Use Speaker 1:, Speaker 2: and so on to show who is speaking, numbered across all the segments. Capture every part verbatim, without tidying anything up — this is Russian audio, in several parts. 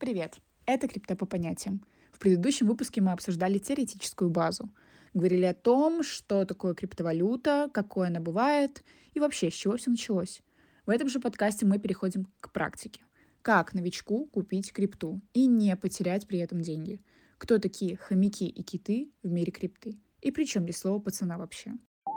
Speaker 1: привет! Это «Крипто по понятиям». В предыдущем выпуске мы обсуждали теоретическую базу. Говорили о том, что такое криптовалюта, какой она бывает и вообще, с чего все началось. В этом же подкасте мы переходим к практике. Как новичку купить крипту и не потерять при этом деньги? Кто такие хомяки и киты в мире крипты? И при чем здесь слово «пацана» вообще?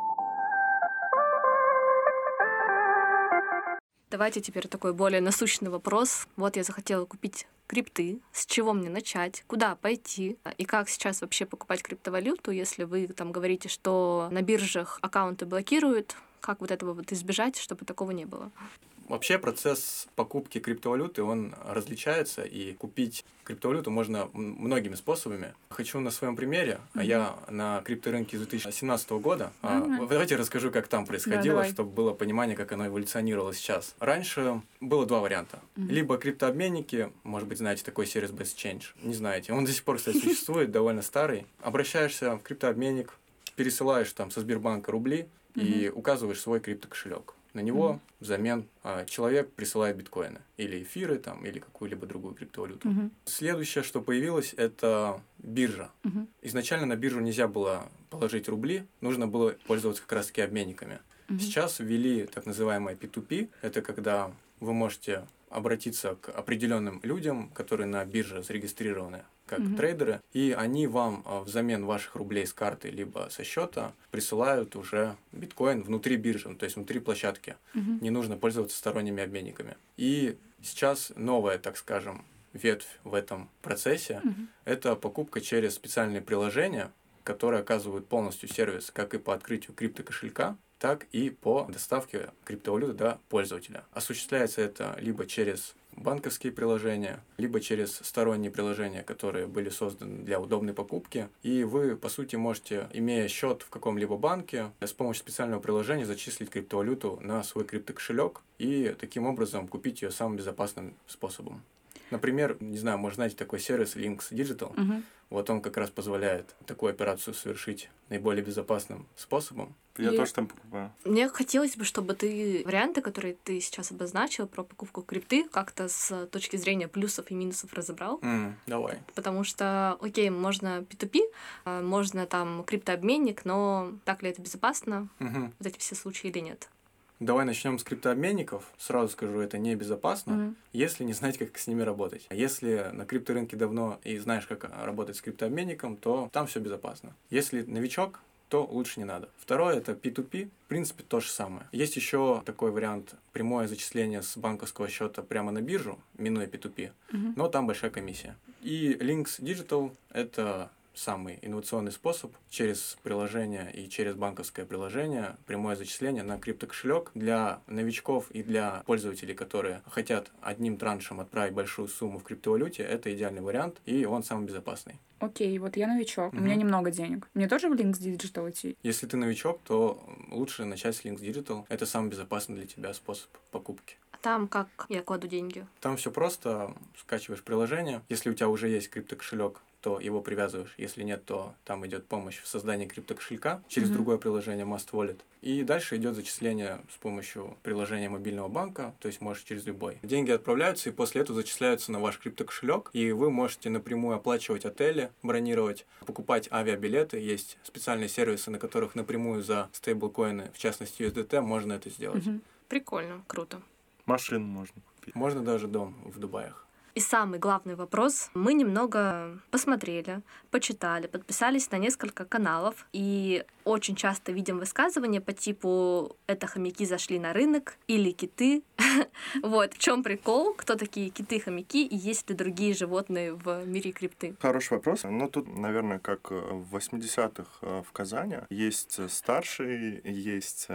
Speaker 2: Давайте теперь такой более насущный вопрос. Вот я захотела купить крипты. С чего мне начать? Куда пойти? И как сейчас вообще покупать криптовалюту, если вы там говорите, что на биржах аккаунты блокируют? Как вот этого вот избежать, чтобы такого не было?
Speaker 3: Вообще процесс покупки криптовалюты, он различается, и купить криптовалюту можно многими способами. Хочу на своем примере. Mm-hmm. Я на крипторынке с две тысячи семнадцатого года. Mm-hmm. Давайте расскажу, как там происходило, yeah, чтобы было понимание, как оно эволюционировало сейчас. Раньше было два варианта. Mm-hmm. Либо криптообменники, может быть, знаете такой сервис BestChange, не знаете. Он до сих пор, кстати, существует, довольно старый. Обращаешься в криптообменник, пересылаешь там со Сбербанка рубли mm-hmm. и указываешь свой криптокошелек. На него mm-hmm. взамен а, человек присылает биткоины или эфиры, там, или какую-либо другую криптовалюту. Mm-hmm. Следующее, что появилось, это биржа. Mm-hmm. Изначально на биржу нельзя было положить рубли, нужно было пользоваться как раз-таки обменниками. Mm-hmm. Сейчас ввели так называемое пи ту пи. Это когда вы можете обратиться к определенным людям, которые на бирже зарегистрированы как mm-hmm. трейдеры, и они вам взамен ваших рублей с карты либо со счета присылают уже биткоин внутри биржи, то есть внутри площадки. Mm-hmm. Не нужно пользоваться сторонними обменниками. И сейчас новая, так скажем, ветвь в этом процессе mm-hmm. это покупка через специальные приложения, которые оказывают полностью сервис как и по открытию криптокошелька, так и по доставке криптовалюты до пользователя. Осуществляется это либо через банковские приложения, либо через сторонние приложения, которые были созданы для удобной покупки. И вы, по сути, можете, имея счет в каком-либо банке, с помощью специального приложения зачислить криптовалюту на свой криптокошелек и таким образом купить ее самым безопасным способом. Например, не знаю, может, знаете такой сервис Links Digital. Uh-huh. Вот он как раз позволяет такую операцию совершить наиболее безопасным способом.
Speaker 4: Я
Speaker 2: и
Speaker 4: тоже там покупаю.
Speaker 2: Мне хотелось бы, чтобы ты варианты, которые ты сейчас обозначил про покупку крипты, как-то с точки зрения плюсов и минусов разобрал.
Speaker 3: Mm, давай.
Speaker 2: Потому что, окей, можно пи ту пи, можно там криптообменник, но так ли это безопасно? Uh-huh. Вот эти все случаи или нет?
Speaker 3: Давай начнем с криптообменников. Сразу скажу, это небезопасно, mm-hmm. если не знать, как с ними работать. Если на крипторынке давно и знаешь, как работать с криптообменником, то там все безопасно. Если новичок, то лучше не надо. Второе – это пи ту пи. В принципе, то же самое. Есть еще такой вариант – прямое зачисление с банковского счета прямо на биржу, минуя пи ту пи, mm-hmm. но там большая комиссия. И Links Digital – это самый инновационный способ через приложение и через банковское приложение, прямое зачисление на криптокошелек для новичков и для пользователей, которые хотят одним траншем отправить большую сумму в криптовалюте. Это идеальный вариант, и он самый безопасный.
Speaker 1: Окей, вот я новичок, угу. у меня немного денег. Мне тоже в Links Digital идти?
Speaker 3: Если ты новичок, то лучше начать с Links Digital. Это самый безопасный для тебя способ покупки.
Speaker 2: Там как я кладу деньги?
Speaker 3: Там все просто. Скачиваешь приложение. Если у тебя уже есть криптокошелек, то его привязываешь. Если нет, то там идет помощь в создании криптокошелька через mm-hmm. другое приложение Mast Wallet. И дальше идет зачисление с помощью приложения мобильного банка, то есть можешь через любой. Деньги отправляются и после этого зачисляются на ваш криптокошелек, и вы можете напрямую оплачивать отели, бронировать, покупать авиабилеты. Есть специальные сервисы, на которых напрямую за стейблкоины, в частности ю эс ди ти, можно это сделать.
Speaker 2: Mm-hmm. Прикольно, круто.
Speaker 4: Машину можно купить.
Speaker 3: Можно даже дом в Дубаях.
Speaker 2: И самый главный вопрос. Мы немного посмотрели, почитали, подписались на несколько каналов и очень часто видим высказывания по типу «это хомяки зашли на рынок» или «киты». Вот, в чем прикол? Кто такие киты, хомяки и есть ли другие животные в мире крипты?
Speaker 4: Хороший вопрос. Ну, тут, наверное, как в восьмидесятых в Казани. Есть старший, есть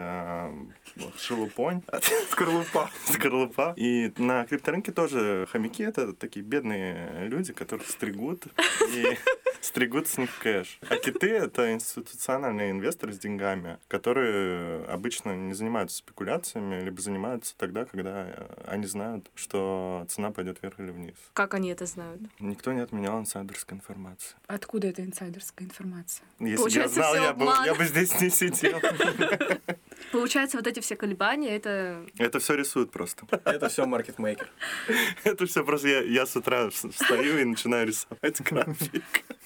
Speaker 4: вот, шелупонь. Скорлупа. Скорлупа. И на крипторынке тоже хомяки — это такие бедные люди, которых стригут и стригут с них кэш. А киты — это институциональные инвесторы с деньгами, которые обычно не занимаются спекуляциями, либо занимаются тогда, когда они знают, что цена пойдет вверх или вниз.
Speaker 2: Как они это знают?
Speaker 4: Никто не отменял инсайдерской информации.
Speaker 1: Откуда эта инсайдерская информация?
Speaker 4: Если бы я знал, я бы, я бы здесь не сидел.
Speaker 2: Получается, вот эти все колебания, это...
Speaker 4: Это все рисует просто.
Speaker 3: Это все маркетмейкер.
Speaker 4: Это все просто я, я с утра встаю и начинаю рисовать график.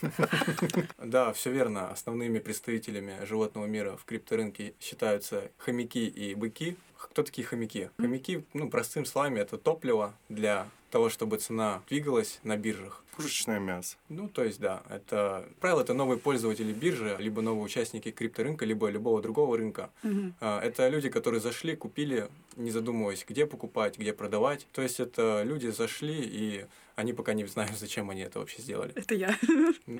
Speaker 3: Да, все верно. Основными представителями животного мира в крипторынке считаются хомяки и быки. Кто такие хомяки? Хомяки, ну, простым словами, это топливо для того, чтобы цена двигалась на биржах.
Speaker 4: Пушечное мясо.
Speaker 3: Ну, то есть, да, это правило, это новые пользователи биржи, либо новые участники крипторынка, либо любого другого рынка.
Speaker 1: Мгм.
Speaker 3: А, Это люди, которые зашли, купили, не задумываясь, где покупать, где продавать. То есть, это люди зашли, и они пока не знают, зачем они это вообще сделали.
Speaker 1: Это я.
Speaker 3: Ну,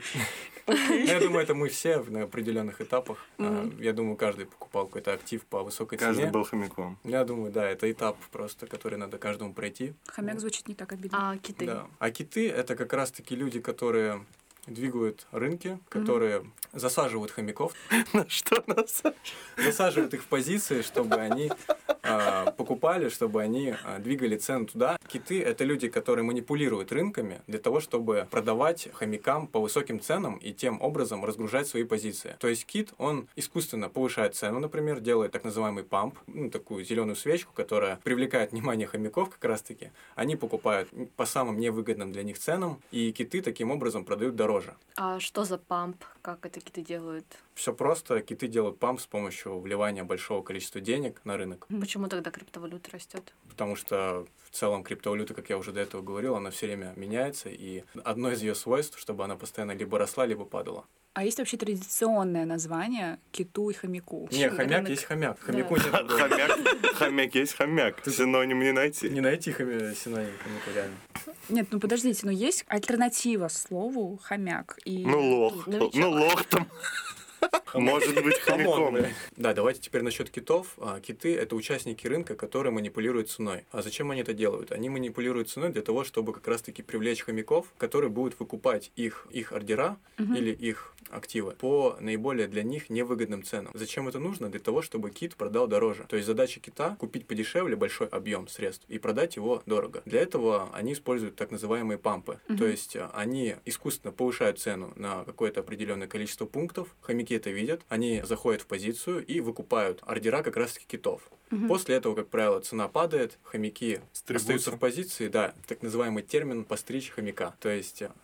Speaker 3: Я думаю, это мы все на определенных этапах. А, Я думаю, каждый покупал какой-то актив по высокой
Speaker 4: Каждый
Speaker 3: цене.
Speaker 4: был хомяком.
Speaker 3: Я думаю, да, это этап просто, который надо каждому пройти.
Speaker 1: Хомяк звучит не так обидно.
Speaker 2: А киты?
Speaker 3: Да. А киты — это как раз-таки люди, которые двигают рынки, которые засаживают хомяков,
Speaker 4: На что нас?
Speaker 3: засаживают их в позиции, чтобы они а, покупали, чтобы они а, двигали цену туда. Киты — это люди, которые манипулируют рынками для того, чтобы продавать хомякам по высоким ценам и тем образом разгружать свои позиции. То есть кит, он искусственно повышает цену, например, делает так называемый памп, ну, такую зеленую свечку, которая привлекает внимание хомяков как раз-таки. Они покупают по самым невыгодным для них ценам, и киты таким образом продают дороже.
Speaker 2: А что за памп? Как это киты делают?
Speaker 3: Все просто. Киты делают памп с помощью вливания большого количества денег на рынок,
Speaker 2: Почему тогда криптовалюта растет?
Speaker 3: потому что в целом криптовалюта, как я уже до этого говорил, она все время меняется, и одно из ее свойств, чтобы она постоянно либо росла, либо падала.
Speaker 1: А есть вообще традиционное название киту и хомяку?
Speaker 3: Не, хомяк
Speaker 2: Рынок.
Speaker 3: есть хомяк. Хомяку нет другого.
Speaker 4: Хомяк, хомяк есть хомяк. Синоним не найти.
Speaker 3: Не найти хоми- синоним хомяка, реально.
Speaker 1: Нет, ну подождите, но есть альтернатива слову хомяк. И...
Speaker 4: Ну, лох.
Speaker 2: Новичок.
Speaker 4: Ну, лох там. Может быть, хомяком.
Speaker 3: Хамон, да, давайте теперь насчет китов. А, Киты — это участники рынка, которые манипулируют ценой. А зачем они это делают? Они манипулируют ценой для того, чтобы как раз-таки привлечь хомяков, которые будут выкупать их, их ордера
Speaker 1: Мгм.
Speaker 3: или их активы по наиболее для них невыгодным ценам. Зачем это нужно? Для того, чтобы кит продал дороже. То есть задача кита — купить подешевле большой объем средств и продать его дорого. Для этого они используют так называемые пампы.
Speaker 1: Мгм.
Speaker 3: То есть а, они искусственно повышают цену на какое-то определенное количество пунктов. Хомяки это видят, они заходят в позицию и выкупают ордера как раз-таки китов.
Speaker 1: Мгм.
Speaker 3: После этого, как правило, цена падает, хомяки
Speaker 4: Стригутся.
Speaker 3: остаются в позиции, да, так называемый термин «постричь хомяка». То есть э,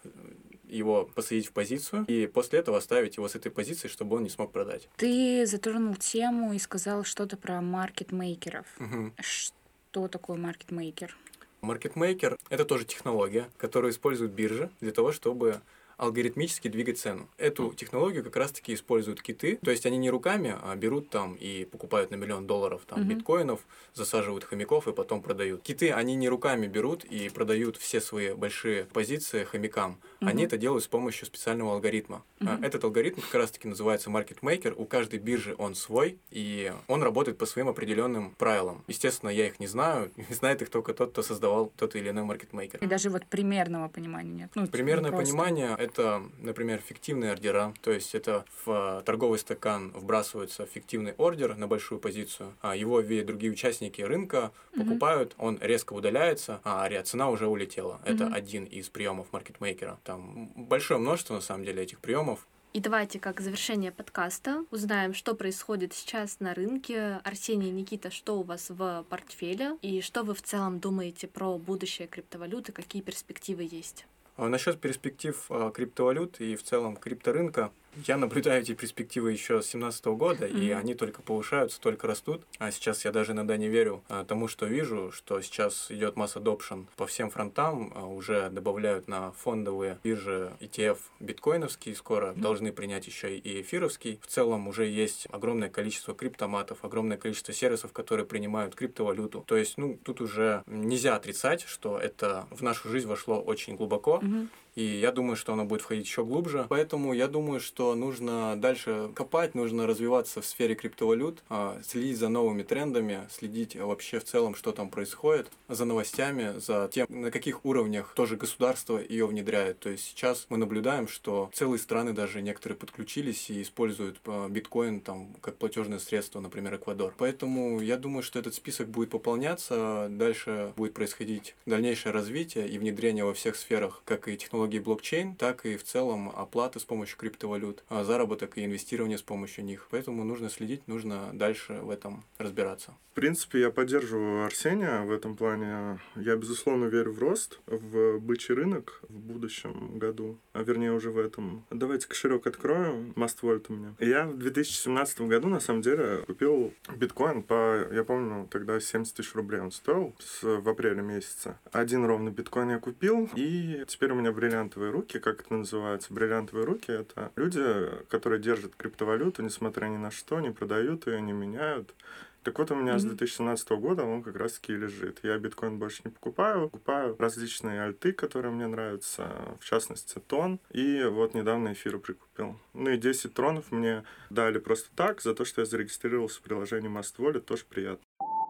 Speaker 3: его посадить в позицию и после этого оставить его с этой позиции, чтобы он не смог продать.
Speaker 1: Ты затронул тему и сказал что-то про маркетмейкеров.
Speaker 3: Мгм.
Speaker 1: Что такое маркетмейкер?
Speaker 3: Маркетмейкер — это тоже технология, которую используют биржи для того, чтобы алгоритмически двигать цену. Эту технологию как раз-таки используют киты, то есть они не руками, а берут там и покупают на миллион долларов там
Speaker 1: Мгм.
Speaker 3: биткоинов, засаживают хомяков и потом продают. Киты, они не руками берут и продают все свои большие позиции хомякам. Они
Speaker 1: Мгм.
Speaker 3: это делают с помощью специального алгоритма. А,
Speaker 1: Мгм.
Speaker 3: Этот алгоритм как раз-таки называется маркетмейкер. У каждой биржи он свой, и он работает по своим определенным правилам. Естественно, я их не знаю, знает их только тот, кто создавал тот или иной маркетмейкер.
Speaker 1: И даже вот примерного понимания нет. Ну,
Speaker 3: Примерное
Speaker 1: просто.
Speaker 3: понимание — это, например, фиктивные ордера, то есть это в а, торговый стакан вбрасывается фиктивный ордер на большую позицию, а его видят другие участники рынка,
Speaker 1: Мгм.
Speaker 3: покупают, он резко удаляется, а ре- цена уже улетела. Это
Speaker 1: Мгм.
Speaker 3: один из приемов маркетмейкера. Там большое множество, на самом деле, этих приемов.
Speaker 2: И давайте, как завершение подкаста, узнаем, что происходит сейчас на рынке. Арсений, Никита, что у вас в портфеле? И что вы в целом думаете про будущее криптовалюты? Какие перспективы есть?
Speaker 3: А насчет перспектив а, криптовалют и в целом крипторынка, я наблюдаю эти перспективы еще с две тысячи семнадцатого года, и
Speaker 1: Мгм.
Speaker 3: они только повышаются, только растут. А сейчас я даже иногда не верю а, тому, что вижу, что сейчас идет масс adoption по всем фронтам, а, уже добавляют на фондовые биржи и ти эф биткоиновский, скоро
Speaker 1: Мгм.
Speaker 3: должны принять еще и эфировский. В целом уже есть огромное количество криптоматов, огромное количество сервисов, которые принимают криптовалюту. То есть, ну, тут уже нельзя отрицать, что это в нашу жизнь вошло очень глубоко.
Speaker 1: Мгм.
Speaker 3: И я думаю, что оно будет входить еще глубже. Поэтому я думаю, что нужно дальше копать, нужно развиваться в сфере криптовалют, а, следить за новыми трендами, следить вообще в целом, что там происходит, за новостями, за тем, на каких уровнях тоже государство ее внедряет. То есть сейчас мы наблюдаем, что целые страны даже некоторые подключились и используют а, биткоин там как платежное средство, например, Эквадор. Поэтому я думаю, что этот список будет пополняться, дальше будет происходить дальнейшее развитие и внедрение во всех сферах, как и технологий технологий блокчейн, так и в целом оплаты с помощью криптовалют, заработок и инвестирование с помощью них. Поэтому нужно следить, нужно дальше в этом разбираться.
Speaker 4: В принципе, я поддерживаю Арсения в этом плане. Я, безусловно, верю в рост, в бычий рынок в будущем году, а вернее уже в этом. Давайте кошелек открою, Mastwallet у меня. Я в две тысячи семнадцатом году, на самом деле, купил биткоин по, я помню, тогда семьдесят тысяч рублей он стоил с, в апреле месяце. Один ровно биткоин я купил, и теперь у меня бриллиантовые руки, как это называется. Бриллиантовые руки — это люди, которые держат криптовалюту, несмотря ни на что, не продают ее, не меняют. Так вот, у меня mm-hmm. с две тысячи семнадцатого года он как раз-таки лежит. Я биткоин больше не покупаю. Покупаю различные альты, которые мне нравятся, в частности, тон. И вот недавно эфиры прикупил. Ну и десять тронов мне дали просто так, за то, что я зарегистрировался в приложении Mastwallet. Тоже приятно.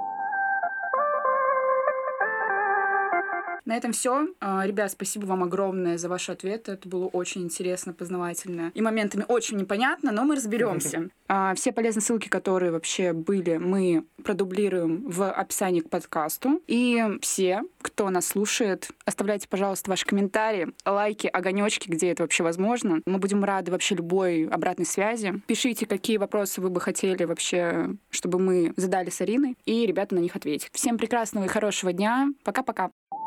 Speaker 1: На этом все. Ребят, спасибо вам огромное за ваши ответы. Это было очень интересно, познавательно. И моментами очень непонятно, но мы разберемся. Все полезные ссылки, которые вообще были, мы продублируем в описании к подкасту. И все, кто нас слушает, оставляйте, пожалуйста, ваши комментарии, лайки, огонечки, где это вообще возможно. Мы будем рады вообще любой обратной связи. Пишите, какие вопросы вы бы хотели вообще, чтобы мы задали с Ариной, и ребята на них ответят. Всем прекрасного и хорошего дня. Пока-пока.